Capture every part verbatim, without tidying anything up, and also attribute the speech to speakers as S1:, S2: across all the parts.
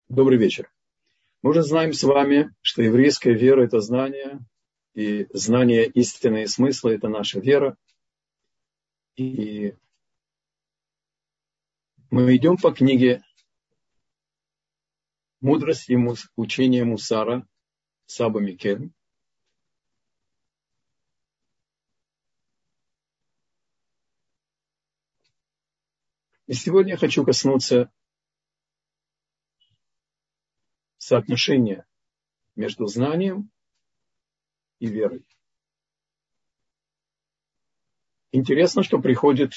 S1: Добрый вечер. Мы уже знаем с вами, что еврейская вера – это знание, и знание истины и смысла – это наша вера. И мы идем по книге «Мудрость и учение Мусара» Саба Микель. И сегодня я хочу коснуться соотношения между знанием и верой. Интересно, что приходит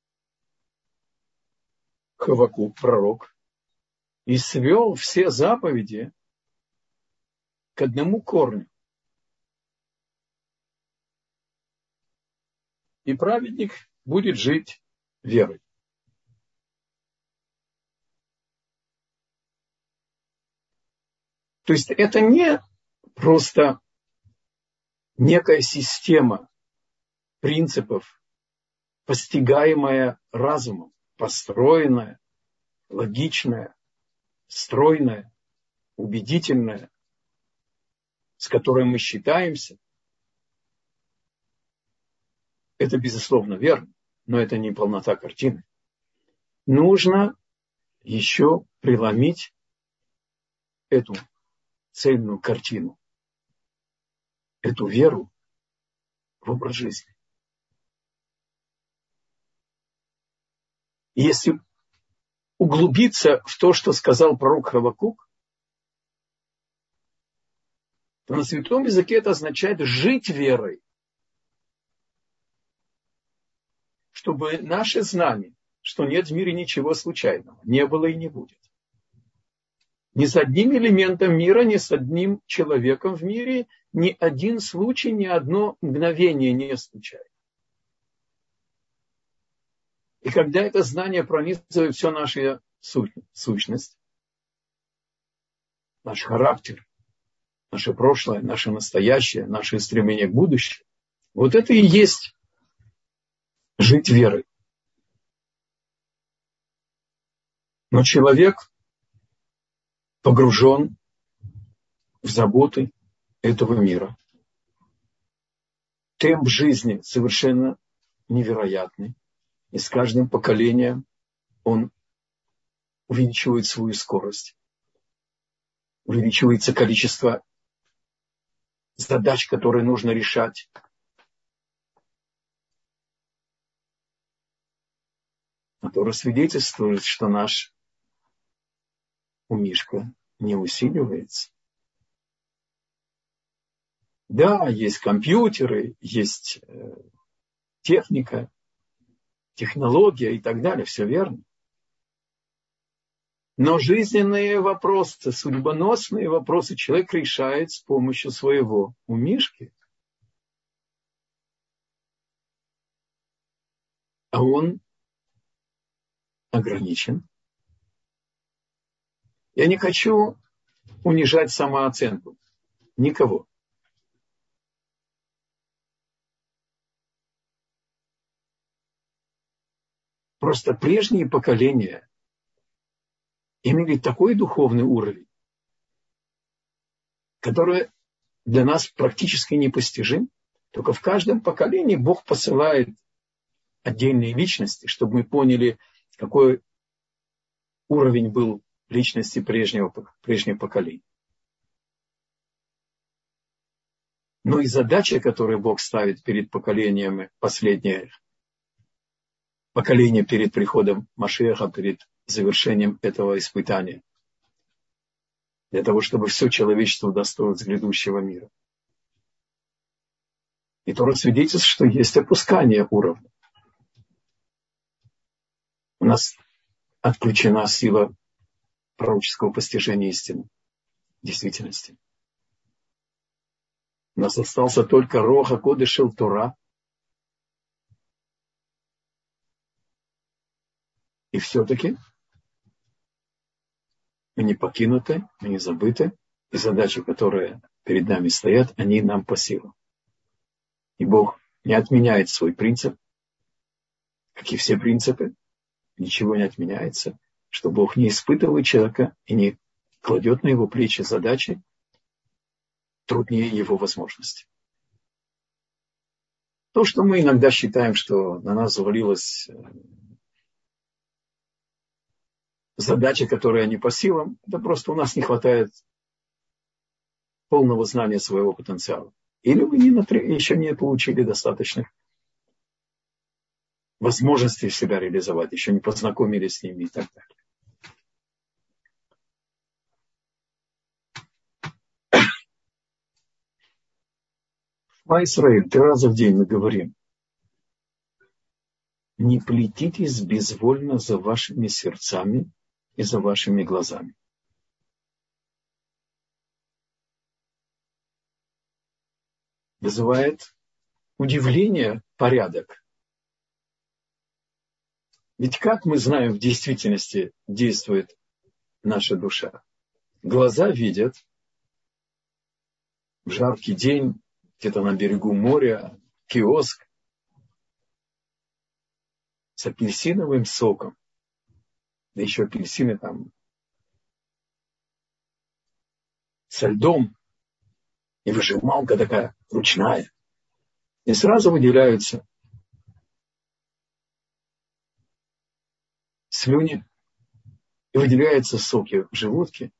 S1: Хавакук, пророк, и свел все заповеди к одному корню. И праведник будет жить верой. То есть это не просто некая система принципов, постигаемая разумом, построенная, логичная, стройная, убедительная, с которой мы считаемся. Это, безусловно, верно, но это не полнота картины. Нужно еще преломить эту цельную картину, эту веру в образ жизни. И если углубиться в то, что сказал пророк Хавакук, то на святом языке это означает жить верой, чтобы наше знание, что нет в мире ничего случайного, не было и не будет. Ни с одним элементом мира, ни с одним человеком в мире, ни один случай, ни одно мгновение не случайно. И когда это знание пронизывает всю нашу сущность, наш характер, наше прошлое, наше настоящее, наше стремление к будущему, вот это и есть жить верой. Но человек погружен в заботы этого мира. Темп жизни совершенно невероятный. И с каждым поколением он увеличивает свою скорость. Увеличивается количество задач, которые нужно решать. Которое свидетельствует, что наш умишка не усиливается. Да, есть компьютеры, есть техника, технология и так далее, все верно. Но жизненные вопросы, судьбоносные вопросы человек решает с помощью своего умишки. А он ограничен. Я не хочу унижать самооценку никого. Просто прежние поколения имели такой духовный уровень, который для нас практически непостижим. Только в каждом поколении Бог посылает отдельные личности, чтобы мы поняли, какой уровень был личности прежнего, прежнего поколения. Но и задача, которую Бог ставит перед поколениями, последнее поколение перед приходом Машиаха, перед завершением этого испытания, для того, чтобы все человечество удостоилось грядущего мира. И Тора свидетельствует, что есть опускание уровня. У нас отключена сила пророческого постижения истины, действительности. У нас остался только Роха Кодешел Тора. И все-таки мы не покинуты, мы не забыты. И задачи, которые перед нами стоят, они нам по силам. И Бог не отменяет свой принцип, как и все принципы. Ничего не отменяется, что Бог не испытывает человека и не кладет на его плечи задачи труднее его возможностей. То, что мы иногда считаем, что на нас завалилась задача, которая не по силам, это просто у нас не хватает полного знания своего потенциала. Или вы не натри... еще не получили достаточных возможностей себя реализовать, еще не познакомились с ними и так далее. Шма Исраэль, три раза в день мы говорим: не плетитесь безвольно за вашими сердцами и за вашими глазами. Вызывает удивление порядок. Ведь как мы знаем, в действительности действует наша душа? Глаза видят в жаркий день, где-то на берегу моря, киоск с апельсиновым соком. Да еще апельсины там со льдом. И выжималка такая ручная. И сразу выделяются слюни. И выделяются соки в желудке.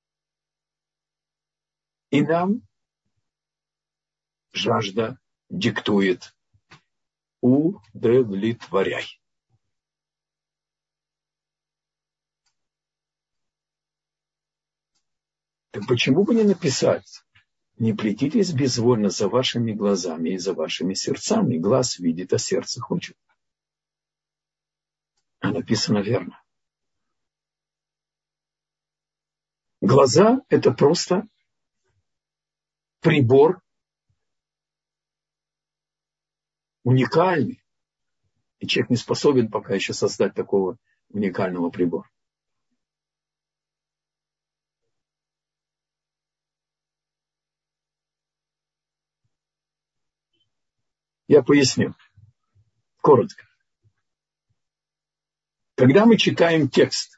S1: И нам жажда диктует: удовлетворяй. Так почему бы не написать: не плетитесь безвольно за вашими глазами и за вашими сердцами. Глаз видит, а сердце хочет. А написано верно. Глаза – это просто прибор уникальный. И человек не способен пока еще создать такого уникального прибора. Я поясню. Коротко. Когда мы читаем текст,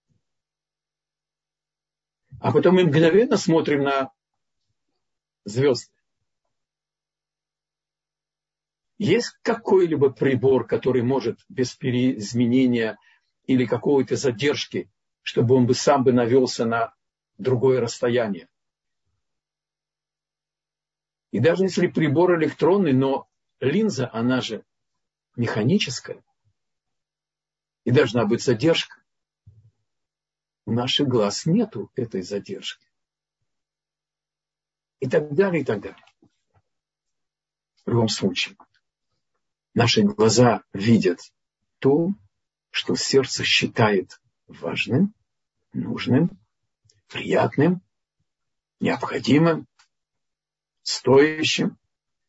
S1: а потом мы мгновенно смотрим на звезды, есть какой-либо прибор, который может без переизменения или какой-то задержки, чтобы он бы сам бы навелся на другое расстояние? И даже если прибор электронный, но линза, она же механическая, и должна быть задержка. У наших глаз нету этой задержки. И так далее, и так далее. В любом случае, наши глаза видят то, что сердце считает важным, нужным, приятным, необходимым, стоящим.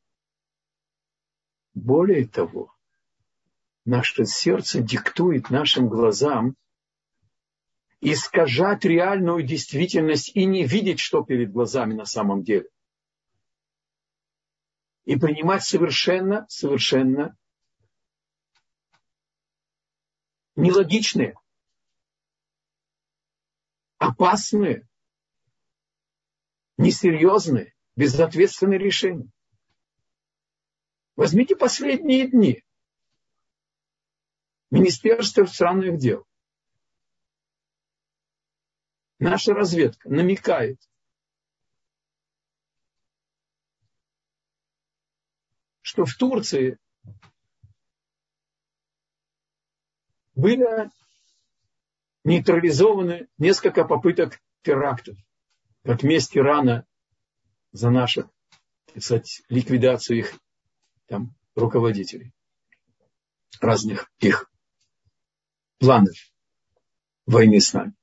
S1: Более того, наше сердце диктует нашим глазам искажать реальную действительность и не видеть, что перед глазами на самом деле. И принимать совершенно, совершенно нелогичные, опасные, несерьезные, безответственные решения. Возьмите последние дни. Министерство иностранных дел. Наша разведка намекает, что в Турции были нейтрализованы несколько попыток терактов, как месть Ирана за нашу, так сказать, ликвидацию их там, руководителей, разных их планов войны с нами.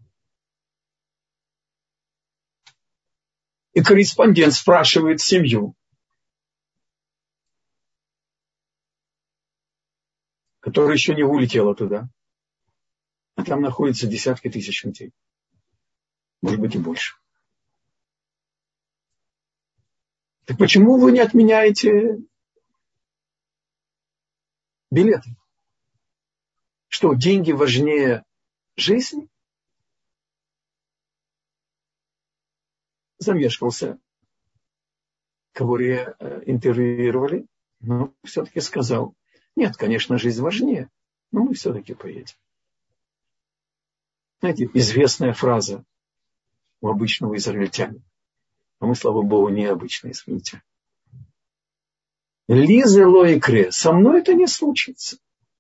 S1: И корреспондент спрашивает семью, которая еще не улетела туда, а там находятся десятки тысяч людей. Может быть и больше. Так почему вы не отменяете билеты? Что, деньги важнее жизни? замешкался, кого интервьюировали, но все-таки сказал, нет, конечно, жизнь важнее, но мы все-таки поедем. Знаете, известная фраза у обычного израильтянина, а мы, слава Богу, не обычные израильтяне. Лиза Лоикре, со мной это не случится.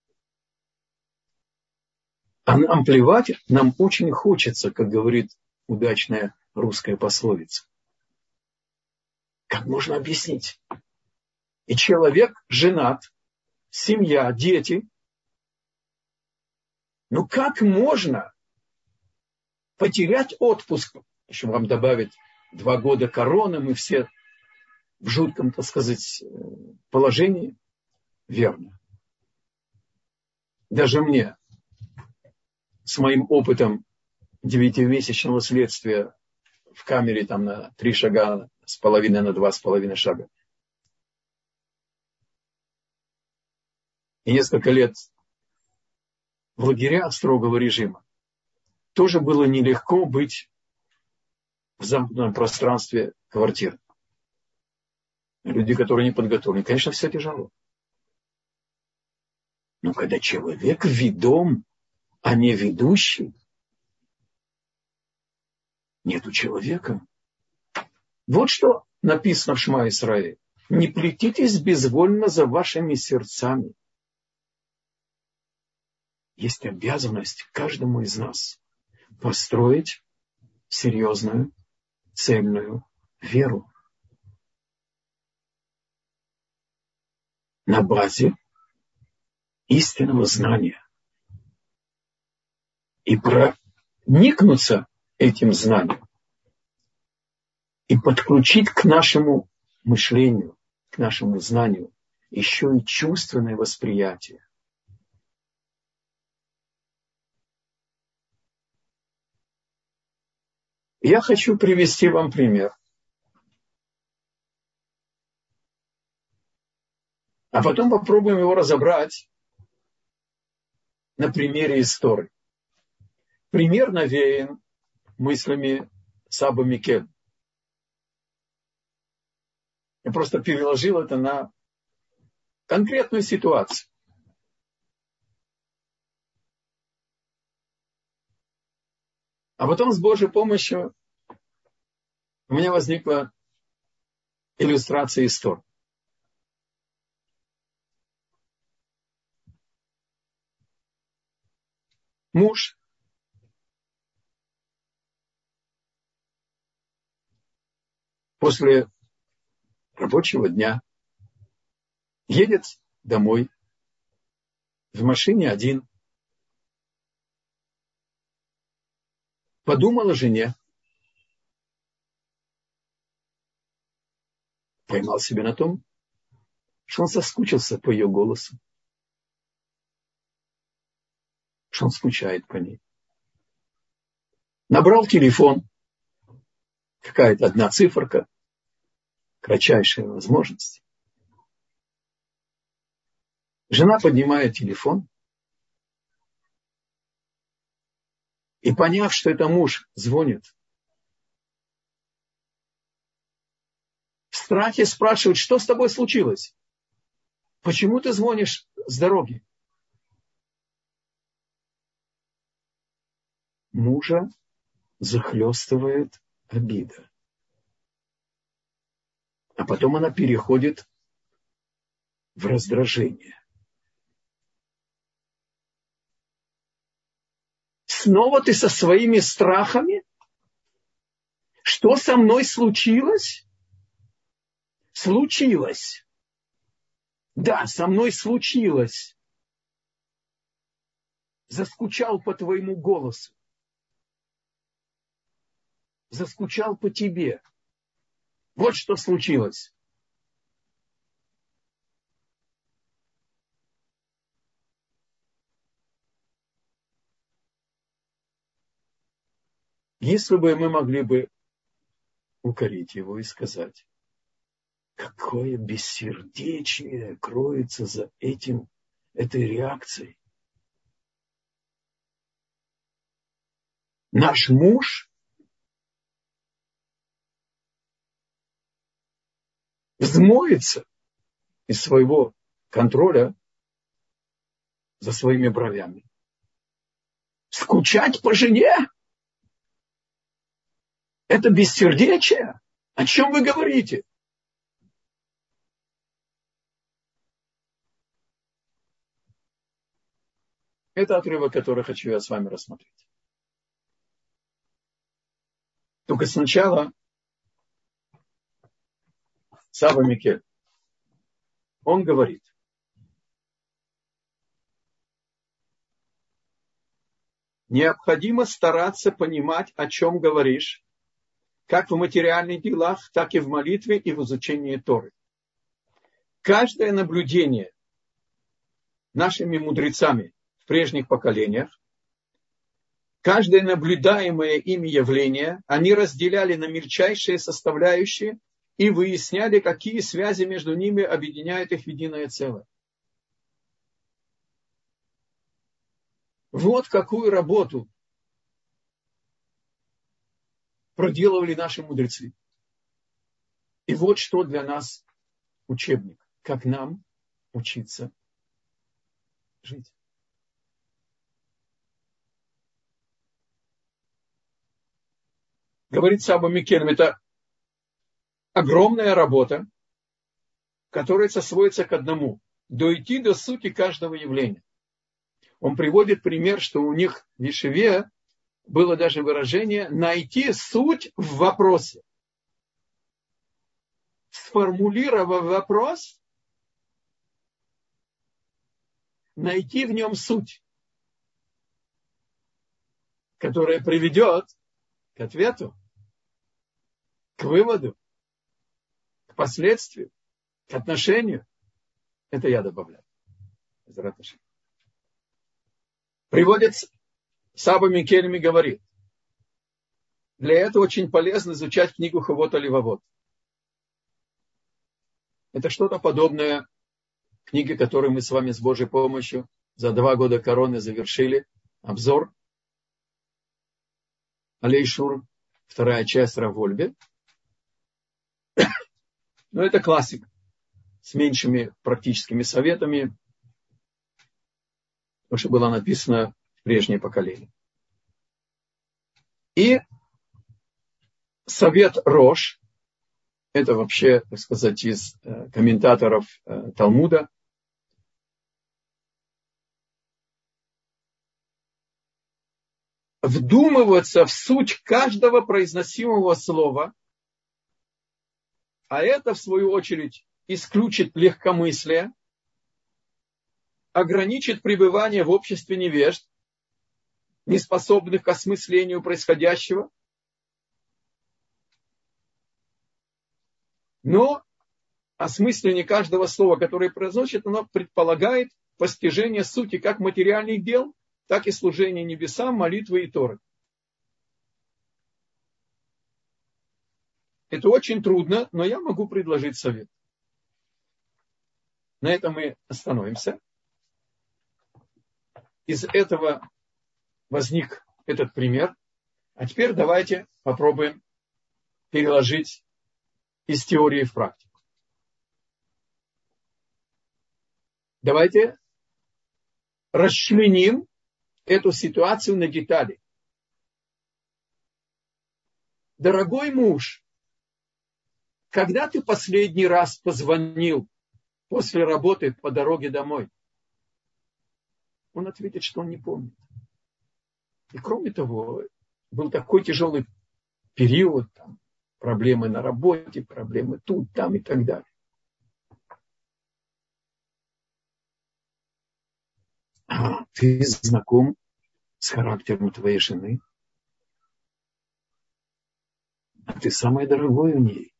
S1: А нам плевать, нам очень хочется, как говорит удачная русская пословица. Как можно объяснить? И человек женат, семья, дети. Ну как можно потерять отпуск? Еще вам добавить два года короны, мы все в жутком, так сказать, положении. Верно. Даже мне, с моим опытом девятимесячного следствия в камере там на три шага с половиной на два с половиной шага. И несколько лет в лагерях строгого режима. Тоже было нелегко быть в замкнутом пространстве квартиры. Люди, которые не подготовлены. Конечно, все тяжело. Но когда человек ведом, а не ведущий, нету человека. Вот что написано в Шма Исраэль. Не плетитесь безвольно за вашими сердцами. Есть обязанность каждому из нас построить серьезную, цельную веру. На базе истинного знания. И проникнуться этим знанием. И подключить к нашему мышлению, к нашему знанию еще и чувственное восприятие. Я хочу привести вам пример. А потом попробуем его разобрать на примере истории. Пример навеян мыслями Саба Микель. Я просто переложил это на конкретную ситуацию. А потом с Божьей помощью у меня возникла иллюстрация истории. Муж после рабочего дня едет домой в машине один. Подумал о жене. Поймал себя на том, что он соскучился по ее голосу. Что он скучает по ней. Набрал телефон. Какая-то одна циферка. Кратчайшая возможность. Жена поднимает телефон. И поняв, что это муж звонит, в страхе спрашивает, что с тобой случилось? Почему ты звонишь с дороги? Мужа захлестывает обида. А потом она переходит в раздражение. Снова ты со своими страхами? Что со мной случилось? Случилось. Да, со мной случилось. Заскучал по твоему голосу. Заскучал по тебе. Вот что случилось. Если бы мы могли бы укорить его и сказать, какое бессердечие кроется за этим, этой реакцией. Наш муж взмоется из своего контроля за своими бровями. Скучать по жене? Это бессердечие? О чем вы говорите? Это отрывок, который хочу я с вами рассмотреть. Только сначала Саба Микель, он говорит, необходимо стараться понимать, о чем говоришь, как в материальных делах, так и в молитве и в изучении Торы. Каждое наблюдение нашими мудрецами в прежних поколениях, каждое наблюдаемое ими явление, они разделяли на мельчайшие составляющие и выясняли, какие связи между ними объединяют их в единое целое. Вот какую работу проделывали наши мудрецы. И вот что для нас учебник. Как нам учиться жить. Говорит Саба Микельм, это огромная работа, которая сводится к одному. Дойти до сути каждого явления. Он приводит пример, что у них в Ешиве было даже выражение «найти суть в вопросе». Сформулировав вопрос, найти в нем суть, которая приведет к ответу, к выводу, к последствию, к отношению. Это я добавляю. Приводит Саба Микельм и говорит, для этого очень полезно изучать книгу Хавот Аливавот. Это что-то подобное книге, которую мы с вами с Божьей помощью за два года короны завершили. Обзор. Алей Шур, вторая часть Рав Вольбе. Но это классик с меньшими практическими советами, потому что было написано в прежнее поколение. И совет Рош, это вообще, так сказать, из комментаторов Талмуда, вдумываться в суть каждого произносимого слова, а это, в свою очередь, исключит легкомыслие, ограничит пребывание в обществе невежд, неспособных к осмыслению происходящего. Но осмысление каждого слова, которое произносит, оно предполагает постижение сути как материальных дел, так и служения небесам, молитвы и Торы. Это очень трудно, но я могу предложить совет. На этом мы остановимся. Из этого возник этот пример. А теперь давайте попробуем переложить из теории в практику. Давайте расчленим эту ситуацию на детали. Дорогой муж, когда ты последний раз позвонил после работы по дороге домой? Он ответит, что он не помнит. И кроме того, был такой тяжелый период, там, проблемы на работе, проблемы тут, там и так далее. А ты знаком с характером твоей жены? А ты самое дорогое у ней.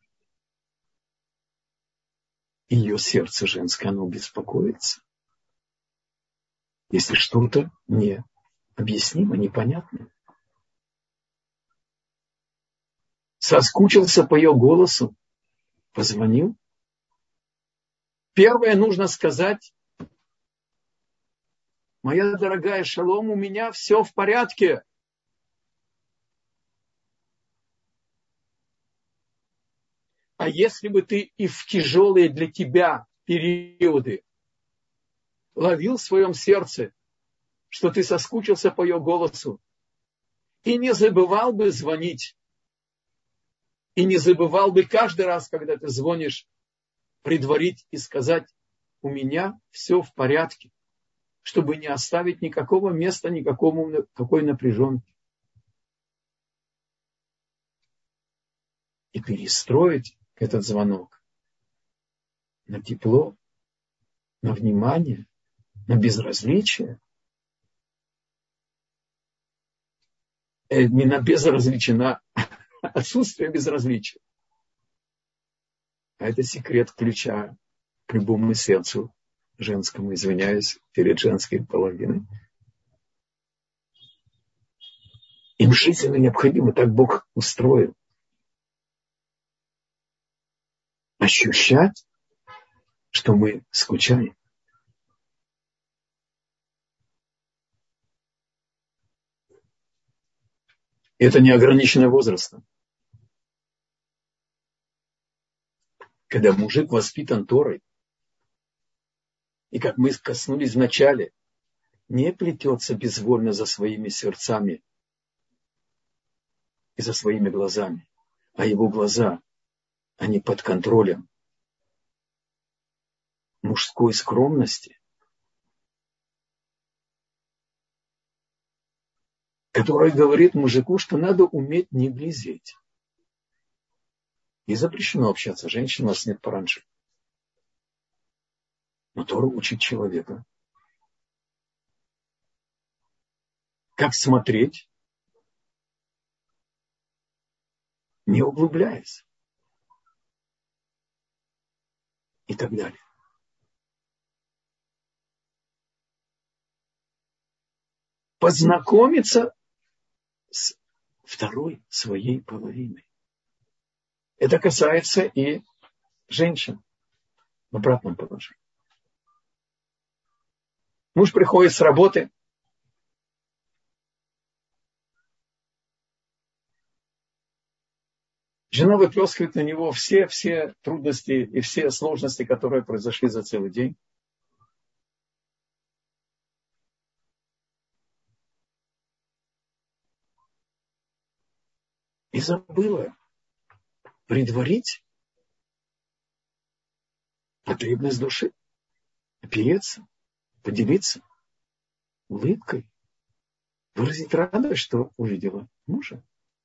S1: Ее сердце женское, оно беспокоится. Если что-то необъяснимо, непонятно. Соскучился по ее голосу, позвонил. Первое нужно сказать: моя дорогая, шалом, у меня все в порядке. А если бы ты и в тяжелые для тебя периоды ловил в своем сердце, что ты соскучился по ее голосу, и не забывал бы звонить, и не забывал бы каждый раз, когда ты звонишь, предварить и сказать: у меня все в порядке, чтобы не оставить никакого места, никакому, никакой напряженки. И перестроить этот звонок на тепло, на внимание, на безразличие. Э, не на безразличие, на отсутствие безразличия. А это секрет ключа к любому сердцу женскому, извиняюсь, перед женской половиной. Им жизненно необходимо, так Бог устроил. Ощущать, что мы скучаем. Это не ограничено возрастом. Когда мужик воспитан Торой, и как мы коснулись в начале, не плетется безвольно за своими сердцами и за своими глазами, а его глаза, они под контролем мужской скромности, которая говорит мужику, что надо уметь не глядеть. И запрещено общаться. Женщина, у нас нет пораньше. Но Тора учит человека. Как смотреть, не углубляясь. И так далее. Познакомиться с второй своей половиной. Это касается и женщин в обратном положении. Муж приходит с работы. Жена выплескивает на него все, все трудности и все сложности, которые произошли за целый день. И забыла предварить потребность души, опереться, поделиться улыбкой, выразить радость, что увидела мужа.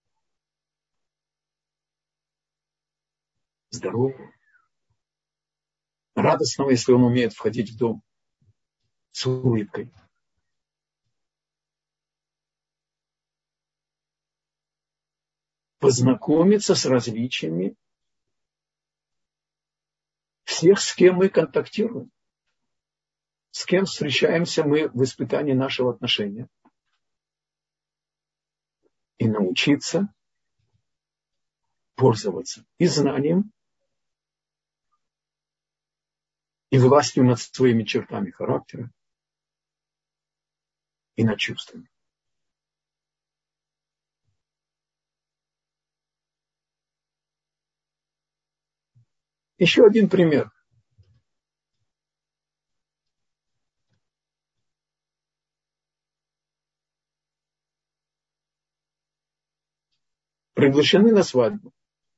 S1: Здорового, радостного, если он умеет входить в дом с улыбкой. Познакомиться с различиями всех, с кем мы контактируем, с кем встречаемся мы в испытании нашего отношения. И научиться пользоваться и знанием, и властью над своими чертами характера, и над чувствами. Еще один пример. Приглашены на свадьбу.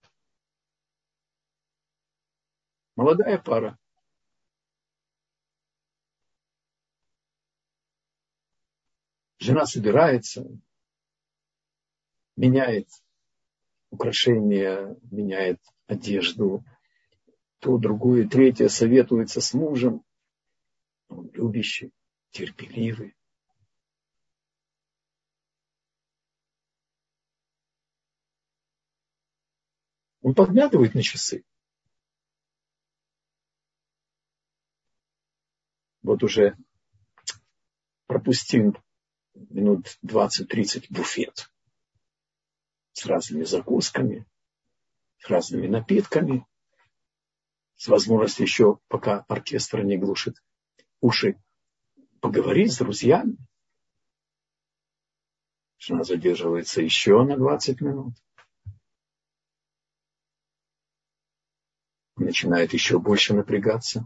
S1: Молодая пара. Жена собирается, меняет украшения, меняет одежду, то, другое, третье, советуется с мужем. Он любящий, терпеливый. Он поглядывает на часы. Вот уже пропустим минут двадцать-тридцать буфет с разными закусками, с разными напитками, с возможностью еще, пока оркестр не глушит уши, поговорить с друзьями. Жена задерживается еще на двадцать минут. Он начинает еще больше напрягаться.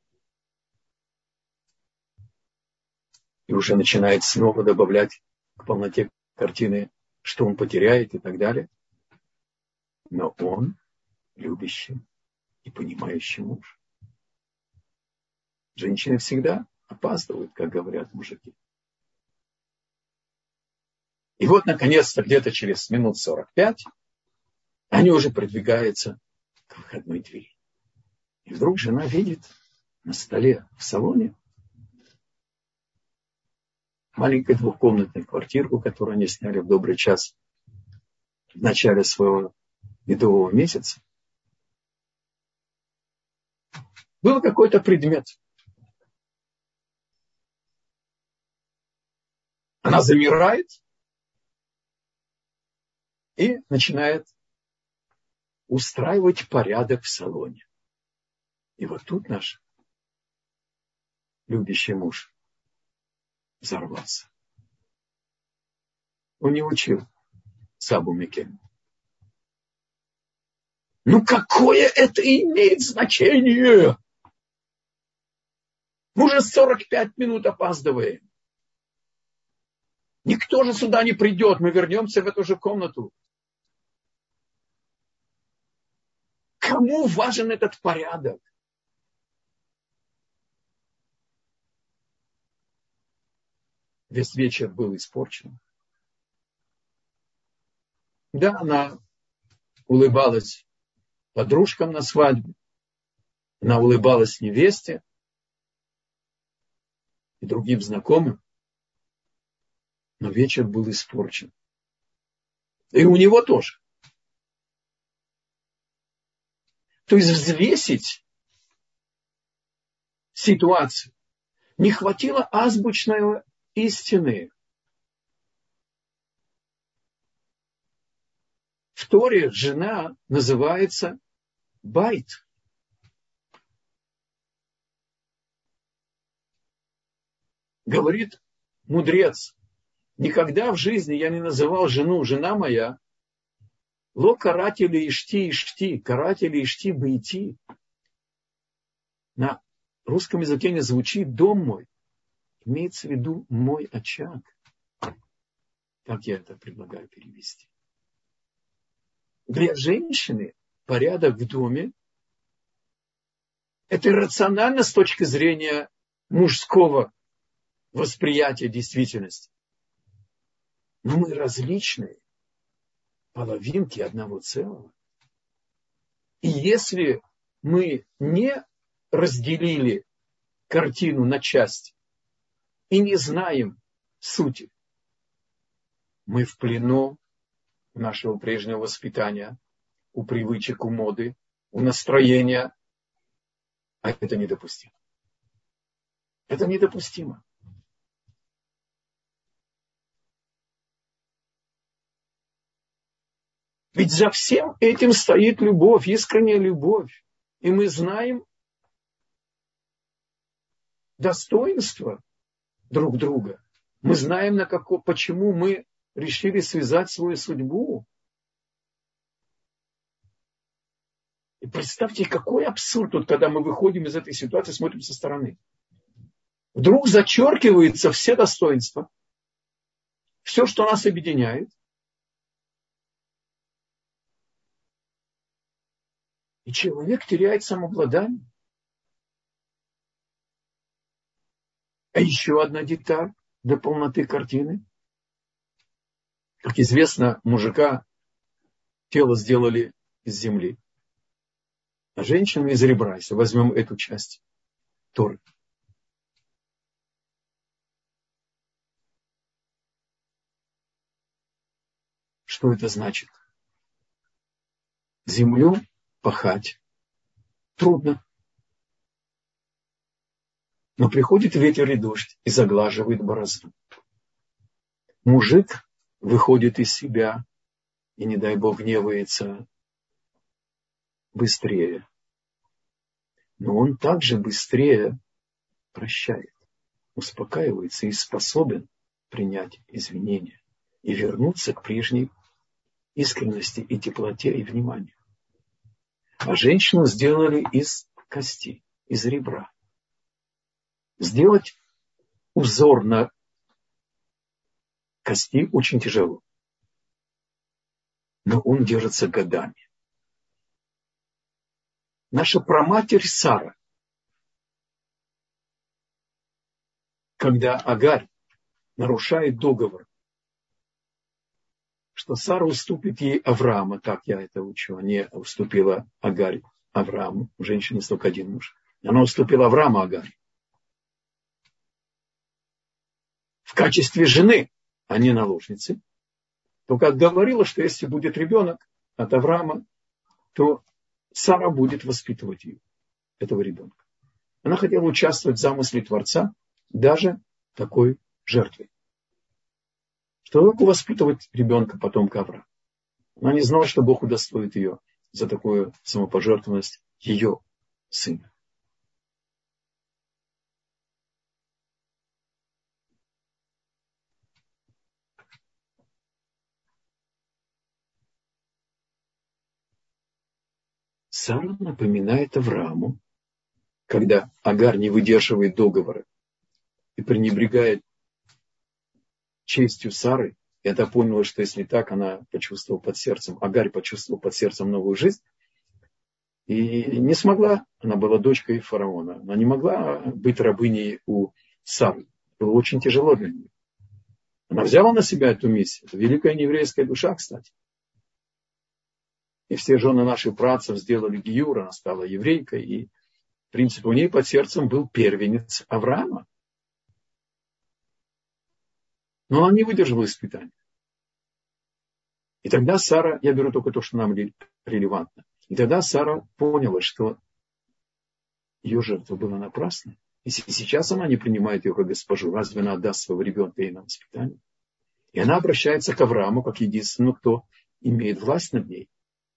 S1: И уже начинает снова добавлять к полноте картины, что он потеряет и так далее. Но он любящий и понимающий муж. Женщины всегда опаздывают, как говорят мужики. И вот, наконец-то, где-то через минут сорок пять они уже продвигаются к входной двери. И вдруг жена видит на столе в салоне маленькую двухкомнатную квартирку, которую они сняли в добрый час в начале своего медового месяца. Был какой-то предмет. Она замирает и начинает устраивать порядок в салоне. И вот тут наш любящий муж взорвался. Он не учил Сабу Микель. Ну какое это имеет значение? Мы уже сорок пять минут опаздываем. Никто же сюда не придет. Мы вернемся в эту же комнату. Кому важен этот порядок? Весь вечер был испорчен. Да, она улыбалась подружкам на свадьбе. Она улыбалась невесте и другим знакомым. Но вечер был испорчен. И у него тоже. То есть взвесить ситуацию. Не хватило азбучной истины. В Торе жена называется байт. Говорит мудрец, никогда в жизни я не называл жену, жена моя, ло каратели ишти ишти, каратели ишти бейти. На русском языке не звучит дом мой. Имеется в виду мой очаг. Так я это предлагаю перевести. Для женщины порядок в доме это рационально с точки зрения мужского восприятия действительности. Но мы различные половинки одного целого. И если мы не разделили картину на части и не знаем сути, мы в плену нашего прежнего воспитания, у привычек, у моды, у настроения. А это недопустимо. Это недопустимо. Ведь за всем этим стоит любовь, искренняя любовь. И мы знаем достоинства друг друга. Мы знаем, на како, почему мы решили связать свою судьбу. И представьте, какой абсурд тут, когда мы выходим из этой ситуации, смотрим со стороны. Вдруг зачеркиваются все достоинства, все, что нас объединяет. И человек теряет самообладание. А еще одна деталь для полноты картины. Как известно, мужика тело сделали из земли, а женщину из ребра, если возьмем эту часть Торы. Что это значит? Землю пахать трудно. Но приходит ветер и дождь и заглаживает борозду. Мужик выходит из себя и, не дай Бог, гневается быстрее. Но он также быстрее прощает, успокаивается и способен принять извинения и вернуться к прежней искренности и теплоте и вниманию. А женщину сделали из кости, из ребра. Сделать узор на кости очень тяжело. Но он держится годами. Наша праматерь Сара, когда Агарь нарушает договор, что Сара уступит ей Авраама, так я это учу, а не уступила Агарь Аврааму, у женщины есть только один муж. Она уступила Аврааму Агарь в качестве жены, а не наложницы. Только говорила, что если будет ребенок от Авраама, то Сара будет воспитывать ее, этого ребенка. Она хотела участвовать в замысле Творца даже такой жертвой. Что только воспитывать ребенка, потомка Авраама. Она не знала, что Бог удостоит ее за такую самопожертвованность ее сына. Сара напоминает Аврааму, когда Агар не выдерживает договора и пренебрегает честью Сары, и она поняла, что если так, она почувствовала под сердцем, Агарь почувствовала под сердцем новую жизнь, и не смогла, она была дочкой фараона, она не могла быть рабыней у Сары. Было очень тяжело для нее. Она взяла на себя эту миссию. Это великая нееврейская душа, кстати. И все жены наших працев сделали гиюр, она стала еврейкой, и в принципе у ней под сердцем был первенец Авраама. Но она не выдержала испытания. И тогда Сара, я беру только то, что нам релевантно, и тогда Сара поняла, что ее жертва была напрасной. Если сейчас она не принимает ее как госпожу, разве она отдаст своего ребенка ей на воспитание? И она обращается к Аврааму, как единственному, кто имеет власть над ней.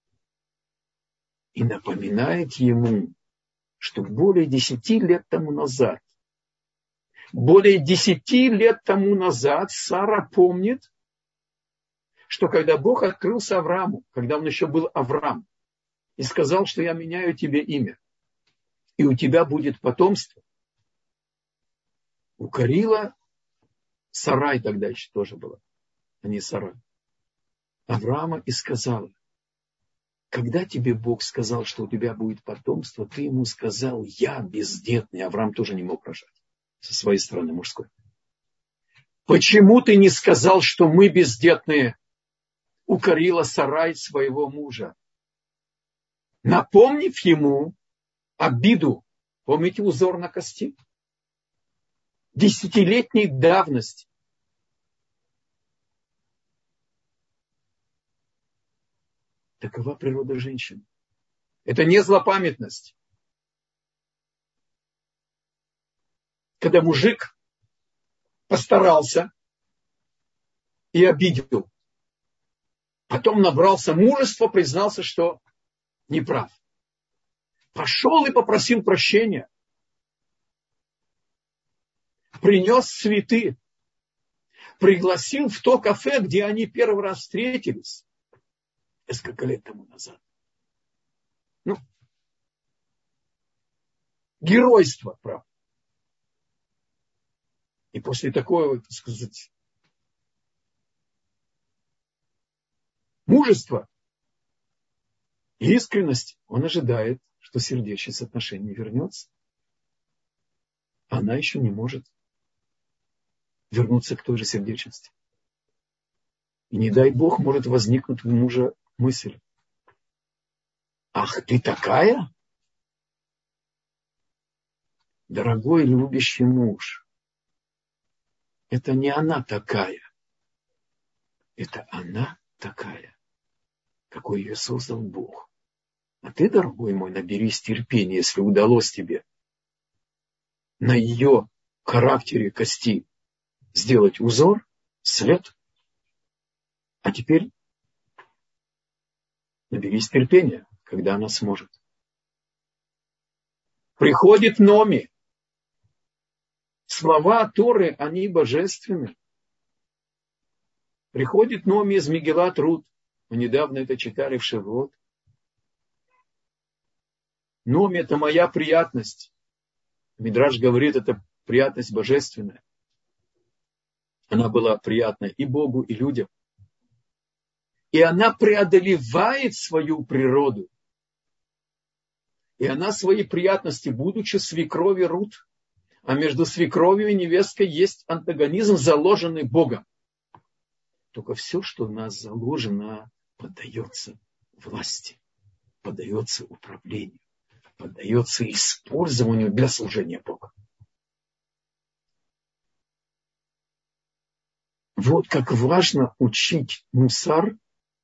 S1: И напоминает ему, что более десяти лет тому назад, более десяти лет тому назад Сара помнит, что когда Бог открылся Аврааму, когда он еще был Авраам, и сказал, что я меняю тебе имя, и у тебя будет потомство, укорила Сарай тогда еще тоже была, а не Сара, Авраама и сказала: когда тебе Бог сказал, что у тебя будет потомство, ты ему сказал: я бездетный. Авраам тоже не мог рожать со своей стороны мужской. Почему ты не сказал, что мы бездетные? Укорила Сарай своего мужа, напомнив ему обиду. Помните узор на кости? Десятилетней давности. Такова природа женщин. Это не злопамятность. Когда мужик постарался и обидел, потом набрался мужества, признался, что неправ. Пошел и попросил прощения. Принес цветы. Пригласил в то кафе, где они первый раз встретились. Несколько лет тому назад. Ну, геройство, правда. И после такого, так сказать, мужества и искренности он ожидает, что сердечное соотношение вернется. Она еще не может вернуться к той же сердечности. И не дай Бог может возникнуть у мужа мысль: ах, ты такая? Дорогой любящий муж, это не она такая. Это она такая, какой ее создал Бог. А ты, дорогой мой, наберись терпения, если удалось тебе на ее характере кости сделать узор, след. А теперь наберись терпения, когда она сможет. Приходит Номи. Слова Торы, они божественны. Приходит Номи из Мегилат Рут. Мы недавно это читали в Шавуот. Номи – это моя приятность. Мидраш говорит, это приятность божественная. Она была приятна и Богу, и людям. И она преодолевает свою природу. И она свои приятности, будучи свекровью Рут, а между свекровью и невесткой есть антагонизм, заложенный Богом. Только все, что у нас заложено, поддается власти, поддается управлению, поддается использованию для служения Богу. Вот как важно учить мусар,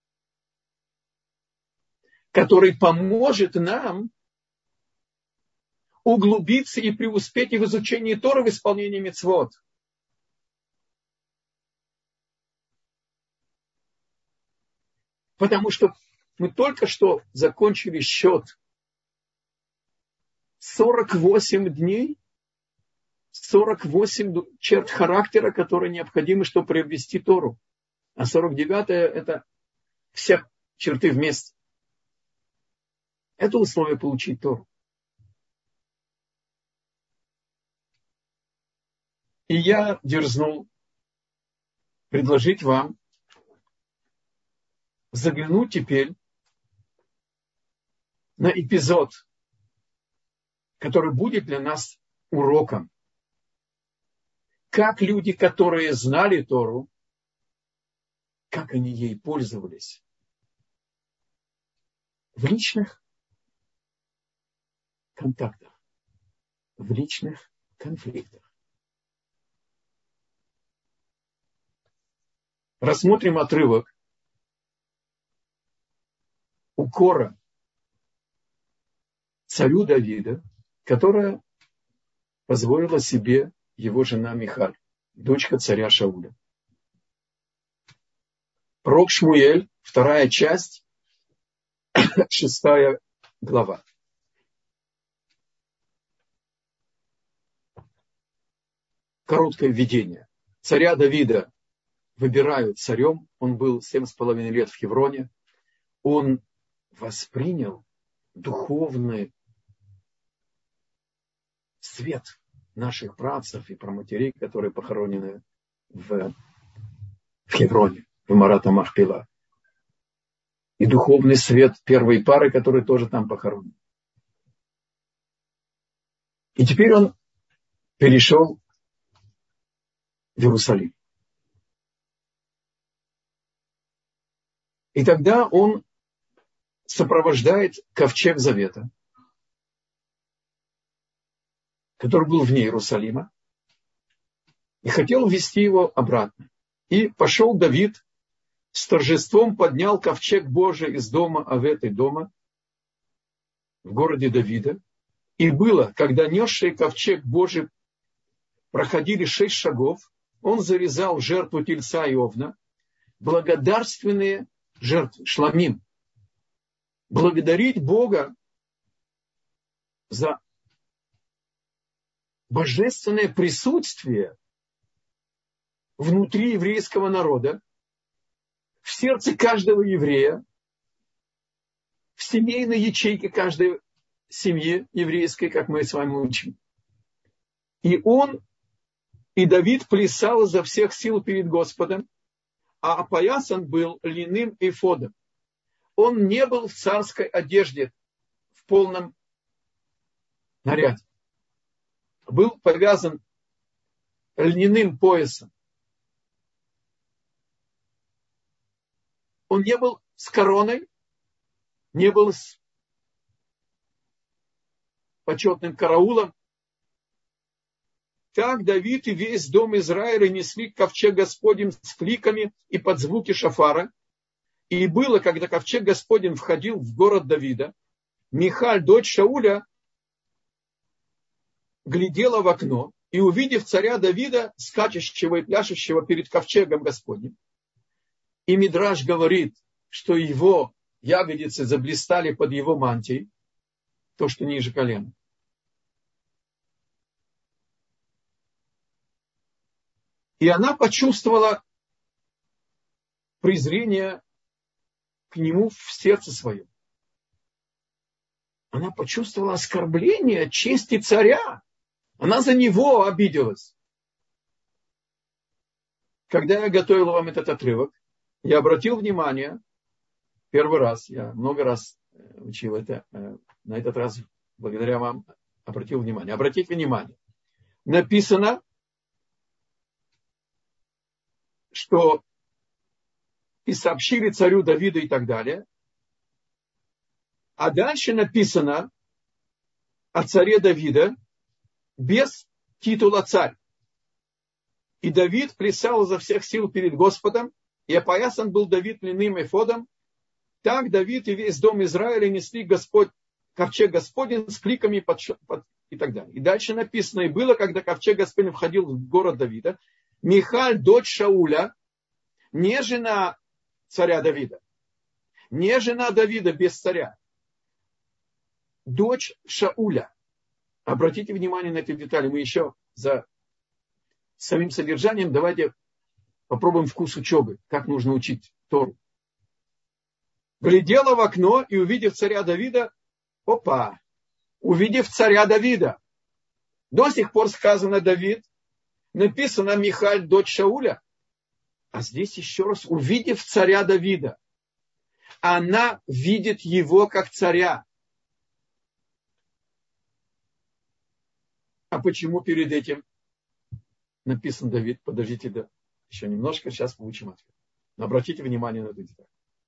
S1: который поможет нам углубиться и преуспеть и в изучении Торы, в исполнении мицвот. Потому что мы только что закончили счет сорок восемь дней, сорок восемь черт характера, которые необходимы, чтобы приобрести Тору. А сорок девятое – это все черты вместе. Это условие получить Тору. И я дерзнул предложить вам заглянуть теперь на эпизод, который будет для нас уроком. Как люди, которые знали Тору, как они ей пользовались в личных контактах, в личных конфликтах. Рассмотрим отрывок укора царю Давида, которая позволила себе его жена Михаль, дочка царя Шауля. Пророк Шмуэль, вторая часть, шестая глава. Короткое введение. Царя Давида выбирают царем. Он был семь с половиной лет в Хевроне. Он воспринял духовный свет наших працев и праматерей, которые похоронены в, в Хевроне, в Марата Махпила. И духовный свет первой пары, которые тоже там похоронены. И теперь он перешел в Иерусалим. И тогда он сопровождает ковчег Завета, который был вне Иерусалима, и хотел ввести его обратно. И пошел Давид, с торжеством поднял ковчег Божий из дома Авет и дома в городе Давида. И было, когда несшие ковчег Божий проходили шесть шагов, он зарезал жертву тельца и овна, благодарственные жертвы, шламим. Благодарить Бога за божественное присутствие внутри еврейского народа, в сердце каждого еврея, в семейной ячейке каждой семьи еврейской, как мы с вами учим. И он, и Давид плясал изо всех сил перед Господом, а опоясан был льняным эфодом. Он не был в царской одежде, в полном наряде. Был повязан льняным поясом. Он не был с короной, не был с почетным караулом. Так Давид и весь дом Израиля несли ковчег Господень с фликами и под звуки шафара. И было, когда ковчег Господень входил в город Давида, Михаль, дочь Шауля, глядела в окно и, увидев царя Давида, скачущего и пляшущего перед ковчегом Господним, и Мидраш говорит, что его ягодицы заблистали под его мантией, то, что ниже колена. И она почувствовала презрение к нему в сердце своем. она почувствовала оскорбление чести царя. Она за него обиделась. Когда я готовил вам этот отрывок, я обратил внимание, первый раз, я много раз учил это, на этот раз, благодаря вам, обратил внимание. Обратите внимание. Написано, что и сообщили царю Давиду и так далее. А дальше написано о царе Давида без титула царь. И Давид плясал изо всех сил перед Господом, и опоясан был Давид льняным эфодом. Так Давид и весь дом Израиля несли Господь, ковчег Господень с кликами под, под, и так далее. И дальше написано, и было, когда ковчег Господень входил в город Давида, Михаль, дочь Шауля, не жена царя Давида, не жена Давида без царя, дочь Шауля. Обратите внимание на эти детали. Мы еще за самим содержанием давайте попробуем вкус учебы, как нужно учить Тору. Глядела в окно и, увидев царя Давида, опа, увидев царя Давида. До сих пор сказано Давид, написано Михаль, дочь Шауля. А здесь еще раз, увидев царя Давида. Она видит его как царя. А почему перед этим написан Давид? Подождите, да, еще немножко, сейчас получим ответ. Но обратите внимание на эту деталь.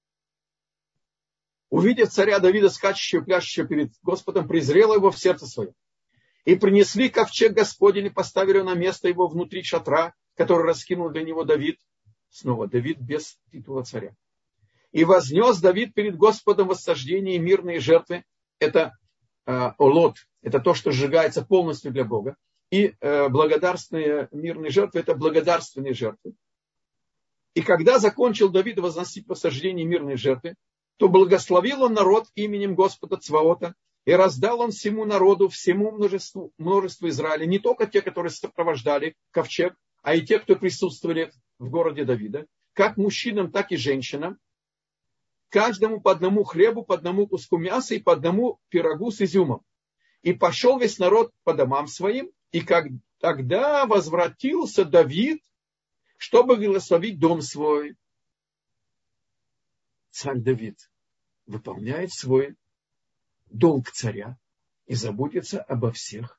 S1: Увидев царя Давида, скачущего, пляшущего перед Господом, презрела его в сердце своем. И принесли ковчег Господень и поставили на место его внутри шатра, который раскинул для него Давид. Снова Давид без титула царя. И вознес Давид перед Господом воссождение и мирные жертвы. Это э, олот, это то, что сжигается полностью для Бога. И э, благодарственные мирные жертвы, это благодарственные жертвы. И когда закончил Давид возносить воссождение и мирные жертвы, то благословил он народ именем Господа Цваота, и раздал он всему народу, всему множеству, множеству Израиля, не только те, которые сопровождали ковчег, а и те, кто присутствовали в городе Давида, как мужчинам, так и женщинам, каждому по одному хлебу, по одному куску мяса и по одному пирогу с изюмом. И пошел весь народ по домам своим, и как, тогда возвратился Давид, чтобы благословить дом свой. Царь Давид выполняет свой долг царя и заботится обо всех.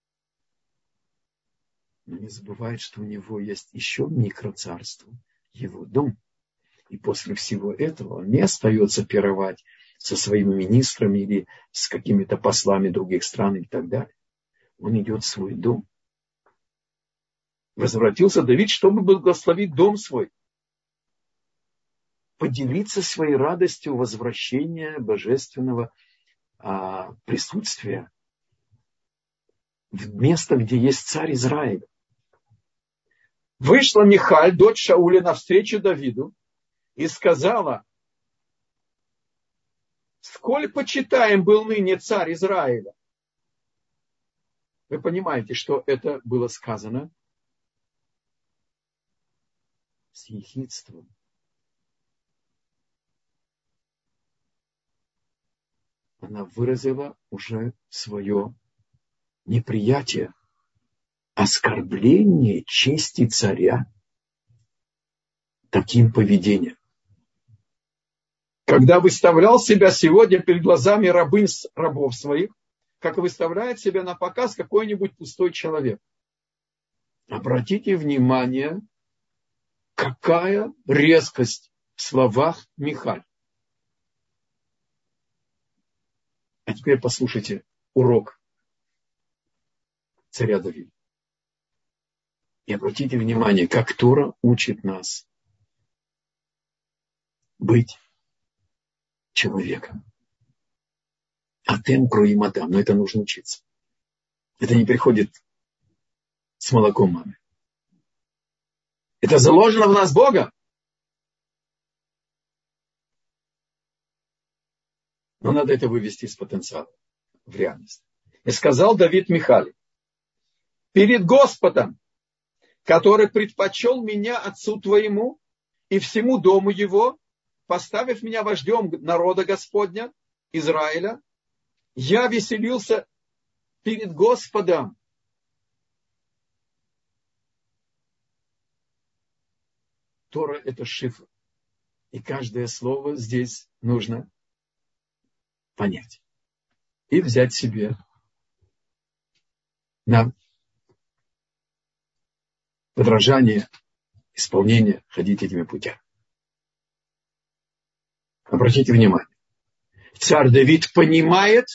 S1: Но не забывает, что у него есть еще микроцарство, его дом. И после всего этого он не остается пировать со своими министрами или с какими-то послами других стран и так далее. Он идет в свой дом. Возвратился Давид, чтобы благословить дом свой. Поделиться своей радостью возвращения божественного а, присутствия в место, где есть царь Израиля. Вышла Михаль, дочь Шауля, навстречу Давиду и сказала: сколь почитаем был ныне царь Израиля. Вы понимаете, что это было сказано с ехидством. Она выразила уже свое неприятие, оскорбление чести царя таким поведением. Когда выставлял себя сегодня перед глазами рабынь рабов своих, как выставляет себя на показ какой-нибудь пустой человек. Обратите внимание, какая резкость в словах Михаль. А теперь послушайте урок царя Давида. И обратите внимание, как Тора учит нас быть человеком. Атем кроим адам. Но это нужно учиться. Это не приходит с молоком мамы. Это заложено в нас Богом. Но надо это вывести из потенциала в реальность. И сказал Давид Михале: перед Господом, который предпочел меня отцу твоему и всему дому его, поставив меня вождем народа Господня, Израиля, Я веселился перед Господом. Тора – это шифр. И каждое слово здесь нужно понять. И взять себе на подражание, исполнение, ходить этими путями. Обратите внимание. Царь Давид понимает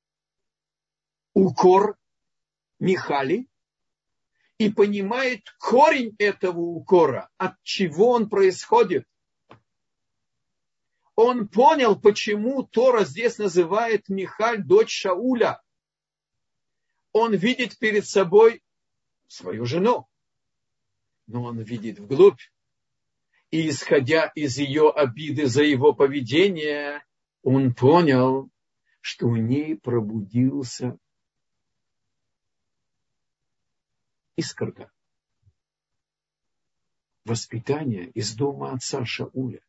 S1: укор Михали и понимает корень этого укора, от чего он происходит. Он понял, почему Тора здесь называет Михаль дочь Шауля. Он видит перед собой свою жену, но он видит вглубь. И исходя из ее обиды за его поведение, он понял, что у ней пробудился искорка. Воспитание из дома отца Шауля.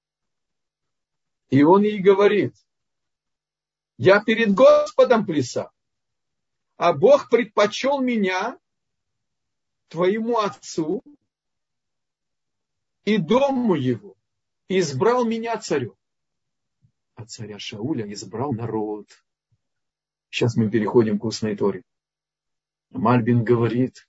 S1: И он ей говорит: я перед Господом плясал, а Бог предпочел меня твоему отцу и дому его, и избрал меня царем. А царя Шауля избрал народ. Сейчас мы переходим к устной Торе. Мальбин говорит: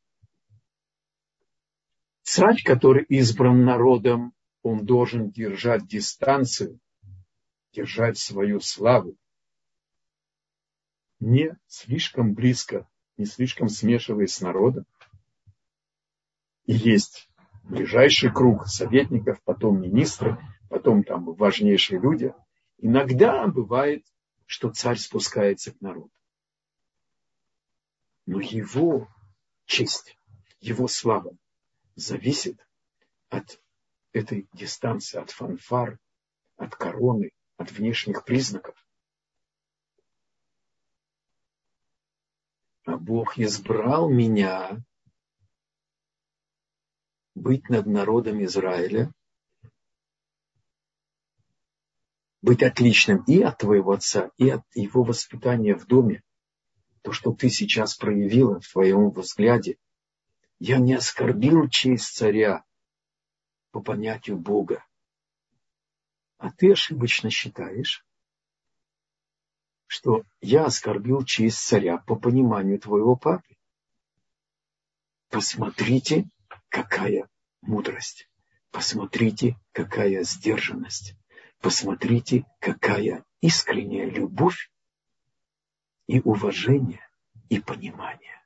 S1: царь, который избран народом, он должен держать дистанцию, держать свою славу. Не слишком близко, не слишком смешиваясь с народом. И есть ближайший круг советников, потом министры, потом там важнейшие люди. Иногда бывает, что царь спускается к народу. Но его честь, его слава зависит от этой дистанции, от фанфар, от короны, от внешних признаков. А Бог избрал меня быть над народом Израиля, быть отличным и от твоего отца, и от его воспитания в доме. То, что ты сейчас проявила в твоем взгляде. Я не оскорбил честь царя по понятию Бога. А ты ошибочно считаешь, что я оскорбил честь царя по пониманию твоего папы. Посмотрите, какая мудрость. Посмотрите, какая сдержанность. Посмотрите, какая искренняя любовь и уважение, и понимание.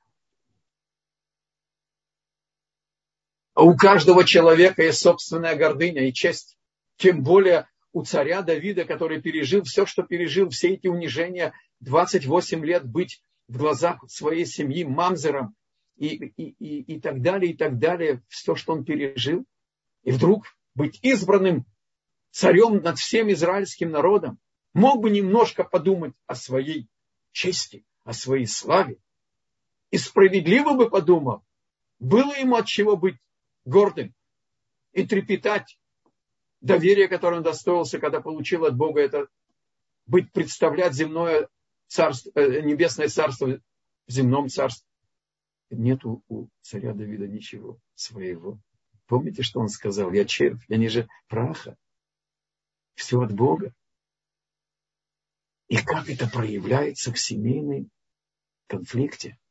S1: А у каждого человека есть собственная гордыня и честь. Тем более у царя Давида, который пережил все, что пережил, все эти унижения, двадцать восемь лет быть в глазах своей семьи мамзером и, и, и, и так далее, и так далее, все, что он пережил. И вдруг быть избранным царем над всем израильским народом, мог бы немножко подумать о своей чести, о своей славе. И справедливо бы подумал, было ему от чего быть гордым и трепетать. Доверие, которое он достоился, когда получил от Бога, это быть, представлять земное царство, небесное царство в земном царстве. Нет у, у царя Давида ничего своего. Помните, что он сказал? Я червь, я ниже праха. Все от Бога. И как это проявляется в семейном конфликте?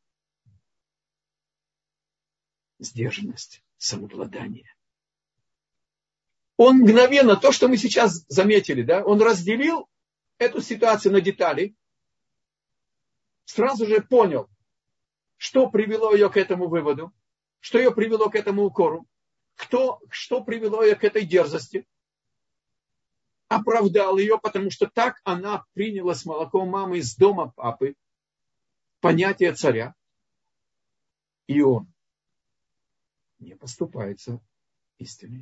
S1: Сдержанность, самообладание. Он мгновенно, то, что мы сейчас заметили, да, он разделил эту ситуацию на детали, сразу же понял, что привело ее к этому выводу, что ее привело к этому укору, кто, что привело ее к этой дерзости, оправдал ее, потому что так она приняла с молоком мамы из дома папы понятие царя, и он не поступается истиной.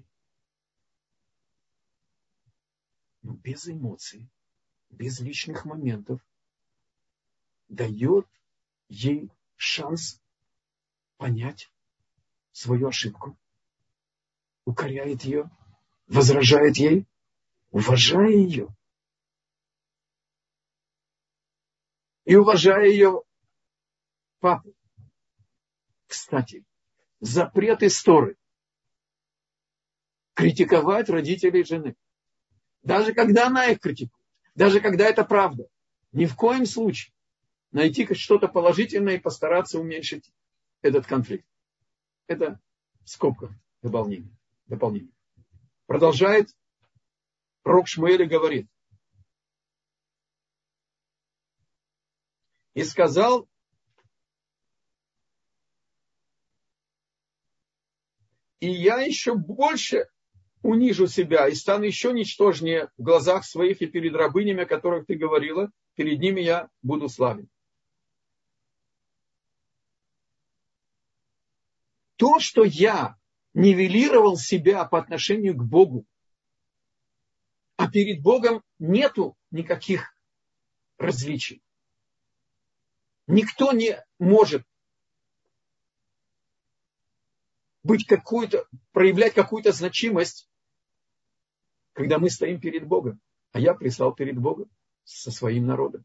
S1: Но без эмоций, без личных моментов, дает ей шанс понять свою ошибку, укоряет ее, возражает ей, уважая ее. и уважая ее папу. Кстати, запрет истории. Критиковать родителей жены. Даже когда она их критикует. Даже когда это правда. Ни в коем случае найти что-то положительное и постараться уменьшить этот конфликт. Это в скобках дополнение. дополнение. Продолжает пророк Шмуэль и говорит. И сказал, и я еще больше унижу себя и стану еще ничтожнее в глазах своих и перед рабынями, о которых ты говорила, перед ними я буду славен. То, что я нивелировал себя по отношению к Богу, а перед Богом нету никаких различий. Никто не может быть какой-то, проявлять какую-то значимость, когда мы стоим перед Богом. А я прислал перед Богом со своим народом.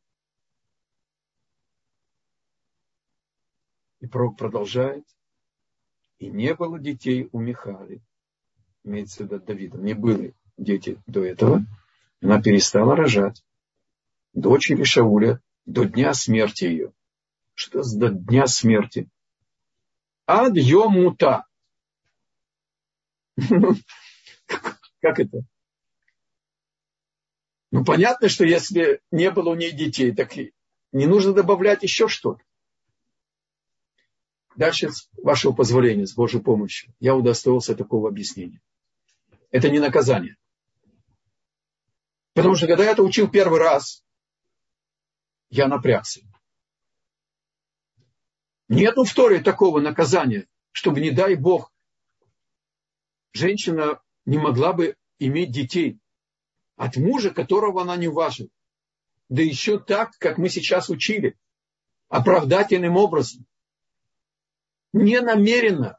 S1: И пророк продолжает. И не было детей у Михали. Имеется в виду Давида. Не были дети до этого. Она перестала рожать. Дочери Шауля до дня смерти ее. Что за до дня смерти? Ад йомута. Как это? Ну, понятно, что если не было у нее детей, так не нужно добавлять еще что-то. Дальше, с вашего позволения, с Божьей помощью, я удостоился такого объяснения. Это не наказание. Потому что, когда я это учил первый раз, я напрягся. Нету в Торе такого наказания, чтобы, не дай Бог, женщина не могла бы иметь детей от мужа, которого она не уважила. Да еще так, как мы сейчас учили, оправдательным образом. Не намеренно.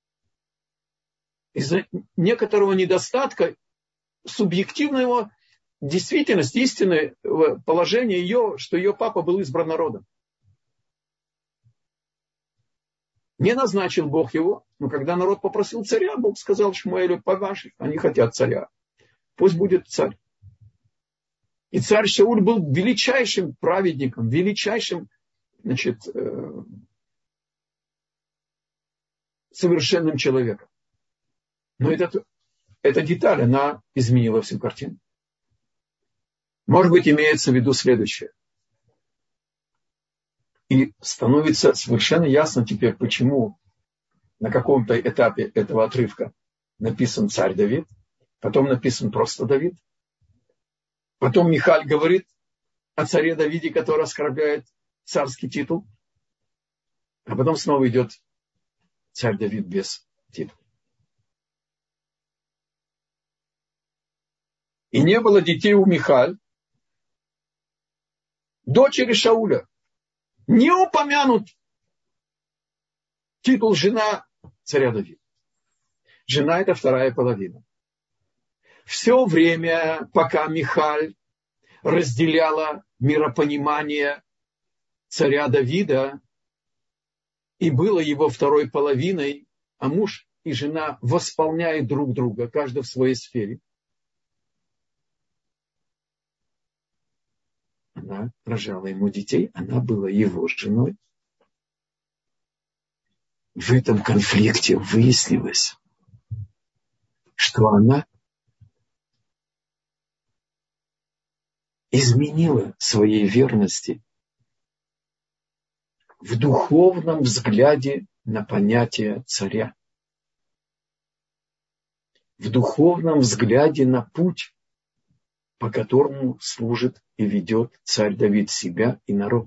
S1: Из-за некоторого недостатка субъективного действительности, истинное положение ее, что ее папа был избран народом. Не назначил Бог его, но когда народ попросил царя, Бог сказал Шмуэлю, по-вашему, они хотят царя. Пусть будет царь. И царь Шауль был величайшим праведником, величайшим, значит, совершенным человеком. Но этот, эта деталь, она изменила всю картину. Может быть, имеется в виду следующее. И становится совершенно ясно теперь, почему на каком-то этапе этого отрывка написан царь Давид, потом написан просто Давид. Потом Михаль говорит о царе Давиде, который оскорбляет царский титул. А потом снова идет царь Давид без титула. И не было детей у Михаль, дочери Шауля. Не упомянут титул жена царя Давида. Жена – это вторая половина. Все время, пока Михаль разделяла миропонимание царя Давида и была его второй половиной, а муж и жена восполняют друг друга, каждый в своей сфере, она рожала ему детей, она была его женой. В этом конфликте выяснилось, что она изменила своей верности в духовном взгляде на понятие царя, в духовном взгляде на путь, по которому служит и ведет царь Давид себя и народ.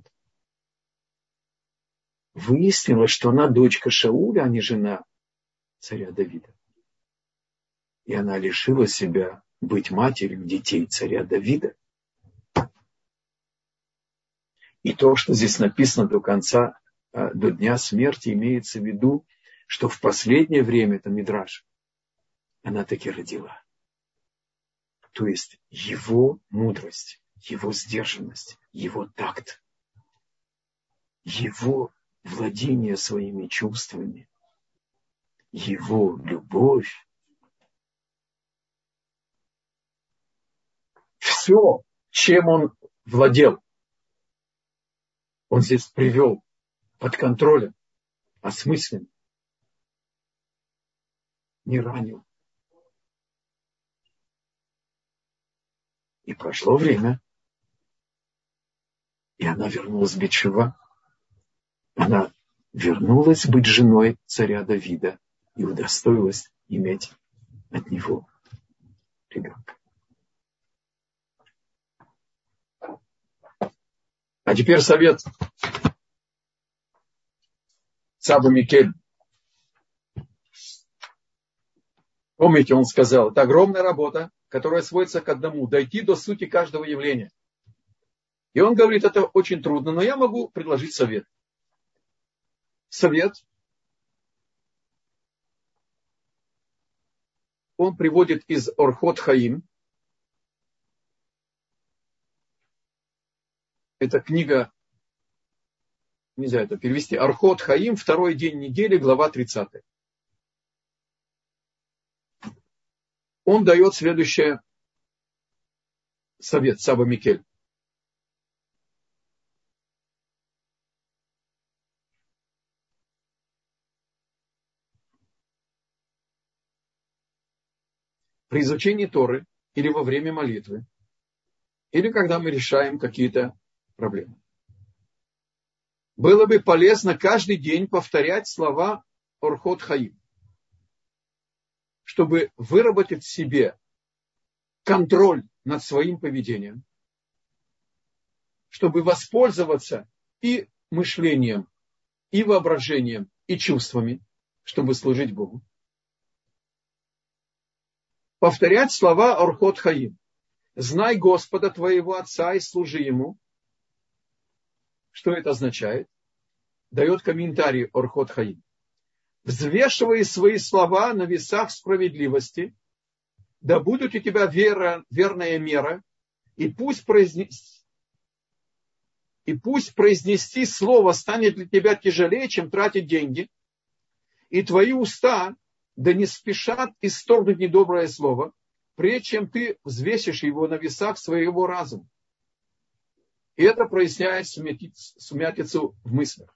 S1: Выяснилось, что она дочка Шауля, а не жена царя Давида. И она лишила себя быть матерью детей царя Давида. И то, что здесь написано до конца, до дня смерти, имеется в виду, что в последнее время, это Мидраш, она таки родила. То есть его мудрость, его сдержанность, его такт его владение своими чувствами, его любовь, все, чем он владел, он здесь привел под контролем, осмысленно, не ранил. И прошло время, и она вернулась в Бет-Шева. Она вернулась быть женой царя Давида и удостоилась иметь от него ребенка. А теперь совет Саба Микель. Помните, он сказал, это огромная работа, которая сводится к одному, дойти до сути каждого явления. И он говорит, это очень трудно, но я могу предложить совет. Совет, он приводит из Орхот Хаим. Это книга, нельзя это перевести, Орхот Хаим, второй день недели, глава тридцатая. Он дает следующий совет, Саба Микель. При изучении Торы или во время молитвы, или когда мы решаем какие-то проблемы, было бы полезно каждый день повторять слова Орхот Хаим, чтобы выработать в себе контроль над своим поведением, чтобы воспользоваться и мышлением, и воображением, и чувствами, чтобы служить Богу. Повторять слова Орхот Хаим. Знай Господа твоего Отца и служи Ему. Что это означает? Дает комментарий Орхот Хаим. Взвешивай свои слова на весах справедливости, да будет у тебя вера, верная мера, и пусть, произнес... и пусть произнести слово станет для тебя тяжелее, чем тратить деньги, и твои уста да не спешат исторгнуть недоброе слово, прежде чем ты взвесишь его на весах своего разума. И это проясняет сумятицу в мыслях.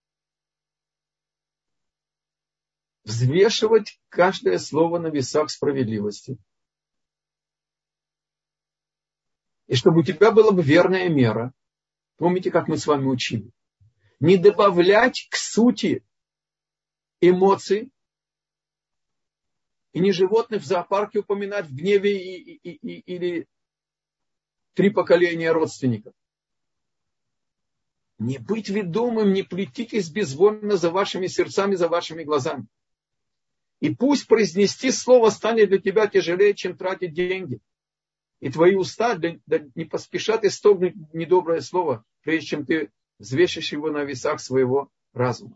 S1: Взвешивать каждое слово на весах справедливости. И чтобы у тебя была бы верная мера. Помните, как мы с вами учили? Не добавлять к сути эмоций, и не животных в зоопарке упоминать в гневе и, и, и, или три поколения родственников. Не быть ведомым, не плетитесь безвольно за вашими сердцами, за вашими глазами. И пусть произнести слово станет для тебя тяжелее, чем тратить деньги. И твои уста не поспешат исторгнуть недоброе слово, прежде чем ты взвешишь его на весах своего разума.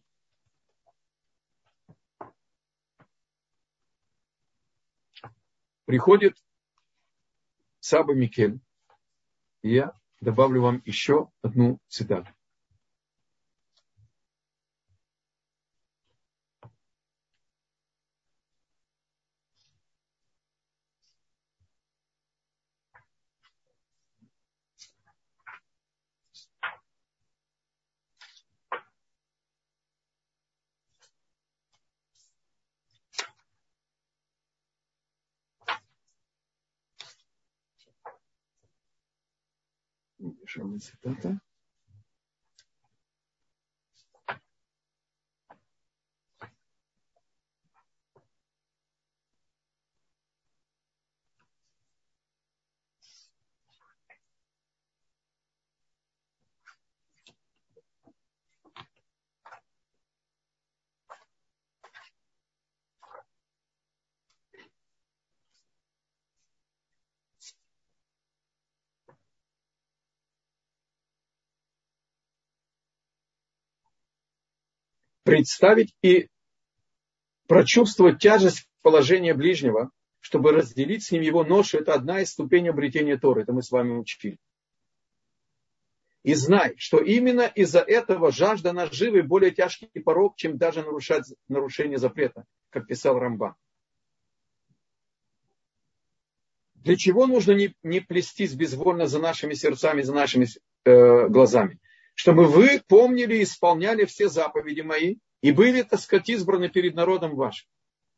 S1: Приходит Саба Микель, и я добавлю вам еще одну цитату. Пишем цитата. Представить и прочувствовать тяжесть положения ближнего, чтобы разделить с ним его ношу, это одна из ступеней обретения Торы. Это мы с вами учили. И знай, что именно из-за этого жажда наживы более тяжкий порок, чем даже нарушать, нарушение запрета, как писал Рамбам. Для чего нужно не, не плестись безвольно за нашими сердцами, за нашими э, глазами? Чтобы вы помнили и исполняли все заповеди мои и были, так сказать, избраны перед народом вашим.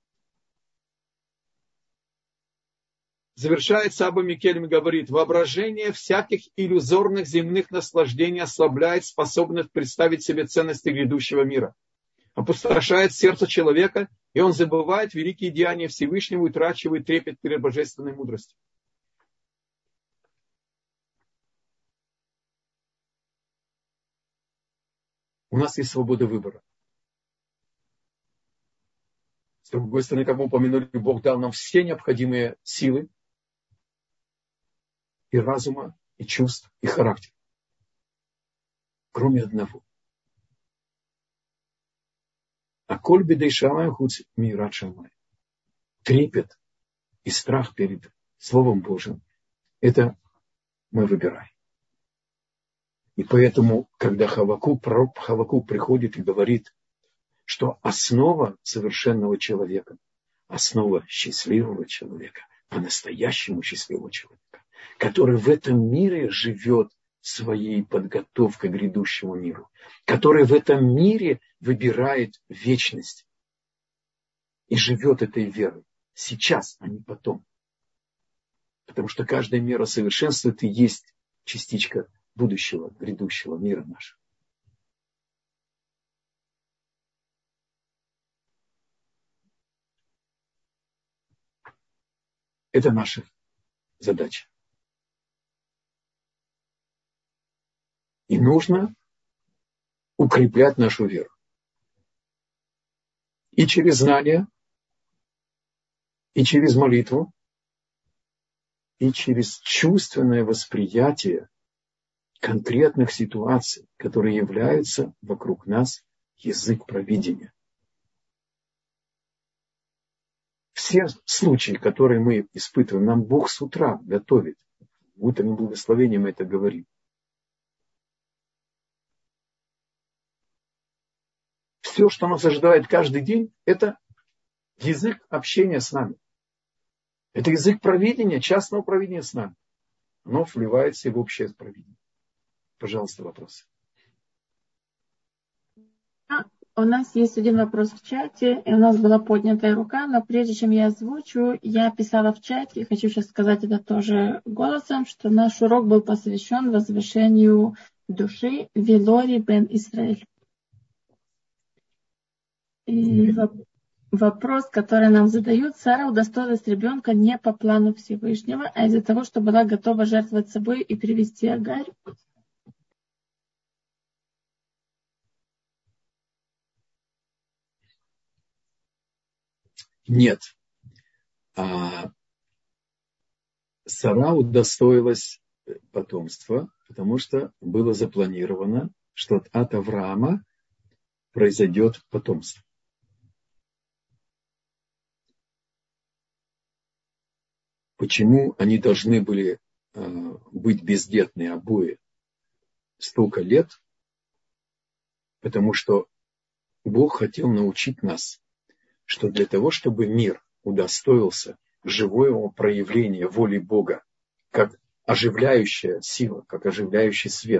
S1: Завершает Саба Микелем и говорит: воображение всяких иллюзорных земных наслаждений ослабляет способность представить себе ценности грядущего мира. Опустошает сердце человека, и он забывает великие деяния Всевышнего, утрачивает трепет перед божественной мудростью. У нас есть свобода выбора. С другой стороны, как мы упомянули, Бог дал нам все необходимые силы, и разума, и чувств, и характера. Кроме одного. А коль бедей шамай хуц мират шамай. Трепет и страх перед Словом Божьим. Это мы выбираем. И поэтому, когда Хавакук, пророк Хавакук приходит и говорит, что основа совершенного человека, основа счастливого человека, по-настоящему счастливого человека, который в этом мире живет своей подготовкой к грядущему миру, который в этом мире выбирает вечность и живет этой верой сейчас, а не потом. Потому что каждая мера совершенства – это и есть частичка будущего, грядущего мира нашего. Это наша задача. И нужно укреплять нашу веру. И через знание, и через молитву, и через чувственное восприятие конкретных ситуаций, которые являются вокруг нас язык провидения. Все случаи, которые мы испытываем, нам Бог с утра готовит. Утренним благословением мы это говорим. Все, что нас ожидает каждый день, это язык общения с нами. Это язык провидения, частного провидения с нами. Оно вливается в общее провидение. Пожалуйста, вопросы.
S2: У нас есть один вопрос в чате, и у нас была поднятая рука, но прежде чем я озвучу, я писала в чате, и хочу сейчас сказать это тоже голосом, что наш урок был посвящен возвышению души Вилори бен Исраэль. И вопрос, который нам задают: Сара удостоилась ребенка не по плану Всевышнего, а из-за того, что была готова жертвовать собой и привести Агарь.
S1: Нет. А Сара удостоилась потомства, потому что было запланировано, что от Авраама произойдет потомство. Почему они должны были быть бездетны обои столько лет? Потому что Бог хотел научить нас, что для того, чтобы мир удостоился живого проявления воли Бога, как оживляющая сила, как оживляющий свет,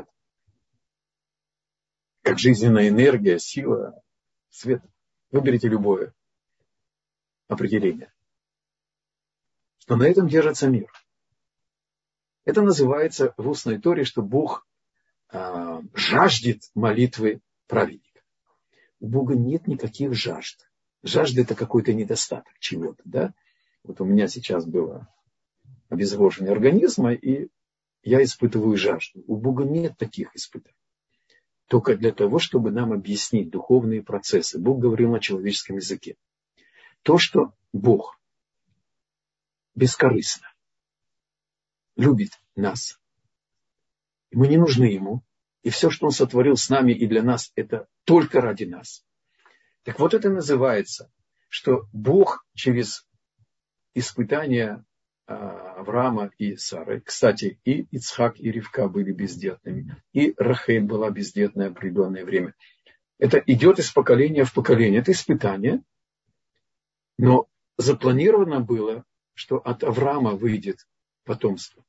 S1: как жизненная энергия, сила, свет. Выберите любое определение. Что на этом держится мир. Это называется в устной Торе, что Бог э, жаждет молитвы праведника. У Бога нет никаких жажд. Жажда – это какой-то недостаток чего-то. Да? Вот у меня сейчас было обезвоживание организма, и я испытываю жажду. У Бога нет таких испытаний. Только для того, чтобы нам объяснить духовные процессы. Бог говорил на человеческом языке. То, что Бог бескорыстно любит нас. И мы не нужны Ему. И все, что Он сотворил с нами и для нас, это только ради нас. Так вот это называется, что Бог через испытания Авраама и Сары. Кстати, и Ицхак, и Ривка были бездетными, и Рахель была бездетная определенное время. Это идет из поколения в поколение. Это испытание. Но запланировано было, что от Авраама выйдет потомство.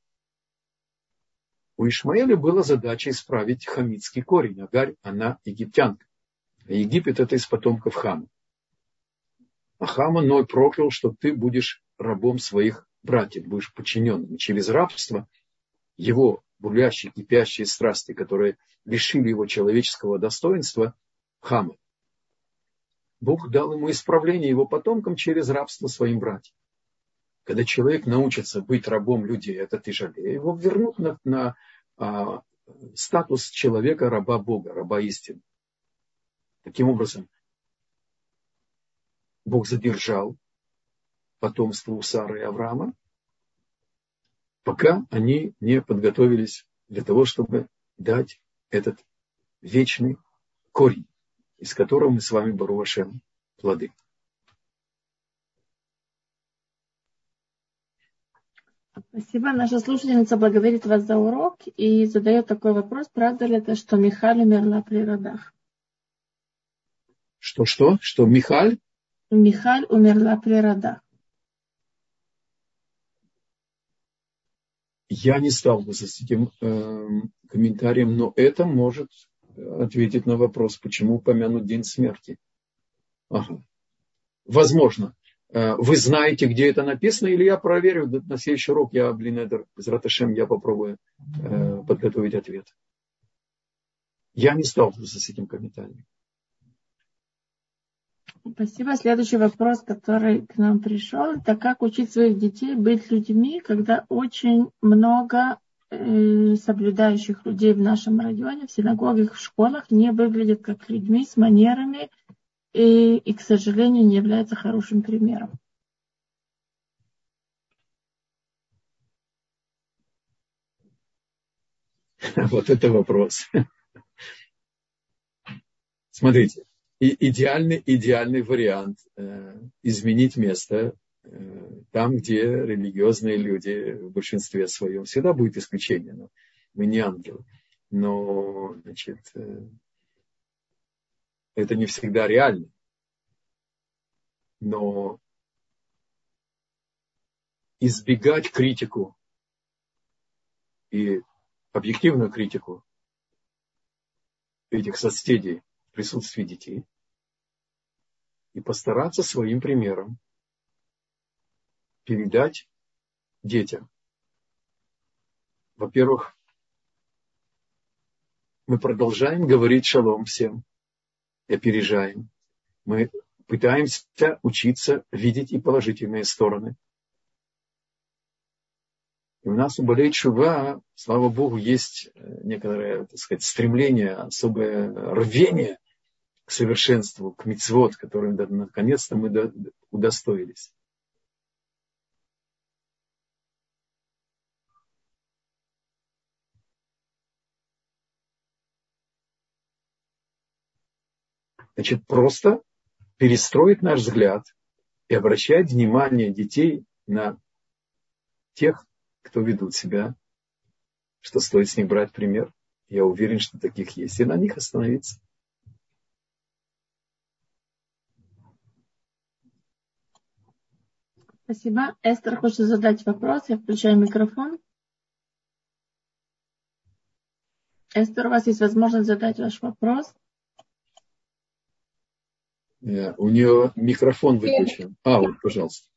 S1: У Ишмаэля была задача исправить хамитский корень. Агарь, она египтянка. А Египет – это из потомков Хама. А Хама Ной проклял, что ты будешь рабом своих братьев, будешь подчиненным. И через рабство его бурлящие, кипящие страсти, которые лишили его человеческого достоинства, Хама, Бог дал ему исправление его потомкам через рабство своим братьям. Когда человек научится быть рабом людей, это тяжелее, его вернут на, на а, статус человека раба Бога, раба истины. Таким образом, Бог задержал потомство у Сары и Авраама, пока они не подготовились для того, чтобы дать этот вечный корень, из которого мы с вами, Барух Ашем, плоды.
S2: Спасибо. Наша слушательница благодарит вас за урок и задает такой вопрос. Правда ли это, что Михаль умерла при родах?
S1: Что-что? Что Михаль?
S2: Михаль умерла при родах.
S1: Я не сталкивался с этим э, комментарием, но это может ответить на вопрос, почему упомянут день смерти. Ага. Возможно. Вы знаете, где это написано, или я проверю на следующий урок, я, блин, это, без раташем, я попробую э, подготовить ответ. Я не сталкивался с этим комментарием.
S2: Спасибо. Следующий вопрос, который к нам пришел, это как учить своих детей быть людьми, когда очень много э, соблюдающих людей в нашем районе, в синагогах, в школах не выглядят как людьми с манерами и, и, к сожалению, не являются хорошим примером.
S1: Вот это вопрос. Смотрите. И идеальный, идеальный вариант э, изменить место э, там, где религиозные люди в большинстве своем. Всегда будет исключение. Но мы не ангелы. Но, значит, э, это не всегда реально. Но избегать критику и объективную критику этих соседей в присутствии детей и постараться своим примером передать детям. Во-первых, мы продолжаем говорить шалом всем и опережаем. Мы пытаемся учиться видеть и положительные стороны. И у нас у Балей Тшува, слава Богу, есть некоторое, так сказать, стремление, особое рвение к совершенству, к мицвот, которым наконец-то мы удостоились. Значит, просто перестроить наш взгляд и обращать внимание детей на тех, кто ведут себя, что стоит с них брать пример. Я уверен, что таких есть, и на них остановиться.
S2: Спасибо. Эстер хочет задать вопрос. Я включаю микрофон. Эстер, у вас есть возможность задать ваш вопрос.
S1: Yeah, у нее микрофон выключен. А, вот, пожалуйста.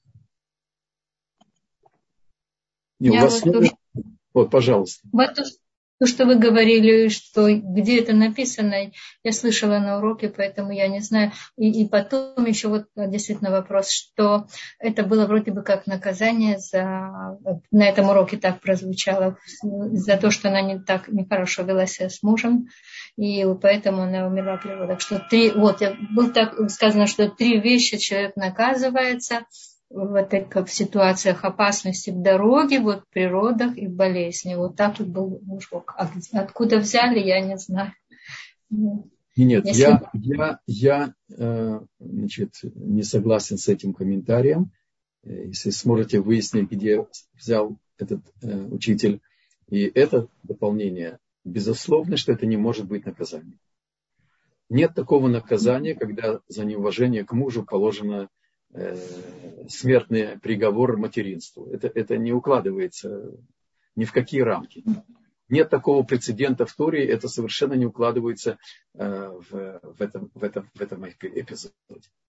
S1: Не, у вас... вот, то, вот, пожалуйста.
S3: Вот то, то, что вы говорили, что где это написано, я слышала на уроке, поэтому я не знаю. И, и потом еще вот действительно вопрос, что это было вроде бы как наказание за... На этом уроке так прозвучало, за то, что она не так нехорошо вела себя с мужем, и поэтому она умерла при родах. Что три, вот, было так сказано, что три вещи человек наказывается вот в ситуациях опасности в дороге, вот в природах и в болезни. Вот так вот был урок. А откуда взяли, я не знаю.
S1: Нет, Если... я, я, я значит, не согласен с этим комментарием. Если сможете выяснить, где взял этот э, учитель. И это дополнение, безусловно, что это не может быть наказанием. Нет такого наказания, когда за неуважение к мужу положено э, смертный приговор материнству. Это, это не укладывается ни в какие рамки. Нет такого прецедента в Торе, это совершенно не укладывается э, в, в, этом, в, этом, в этом эпизоде.